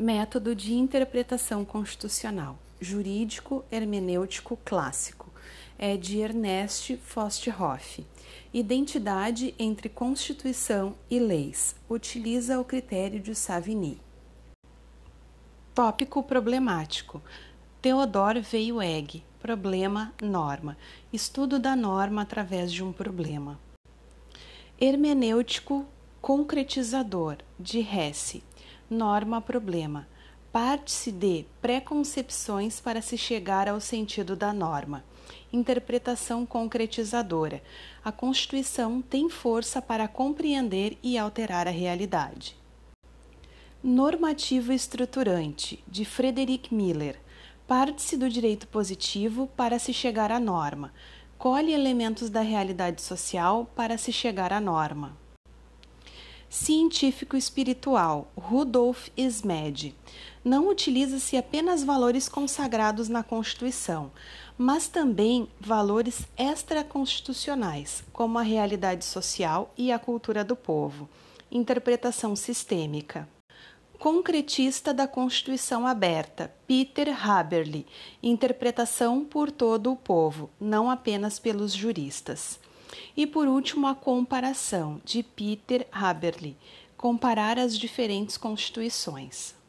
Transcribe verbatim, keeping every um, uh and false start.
Método de interpretação constitucional, jurídico hermenêutico clássico, é de Ernest Forsthoff. Identidade entre Constituição e leis, utiliza o critério de Savigny. Tópico problemático, Theodor Weiweg, problema, norma, estudo da norma através de um problema. Hermenêutico concretizador, de Hesse, norma-problema, parte-se de preconcepções para se chegar ao sentido da norma. Interpretação concretizadora, a Constituição tem força para compreender e alterar a realidade. Normativo estruturante, de Frederick Miller, parte-se do direito positivo para se chegar à norma, colhe elementos da realidade social para se chegar à norma. Científico espiritual, Rudolf Ismede, não utiliza-se apenas valores consagrados na Constituição, mas também valores extraconstitucionais, como a realidade social e a cultura do povo. Interpretação sistêmica. Concretista da Constituição aberta, Peter Haberle, interpretação por todo o povo, não apenas pelos juristas. E por último, a comparação, de Peter Haberle, comparar as diferentes constituições.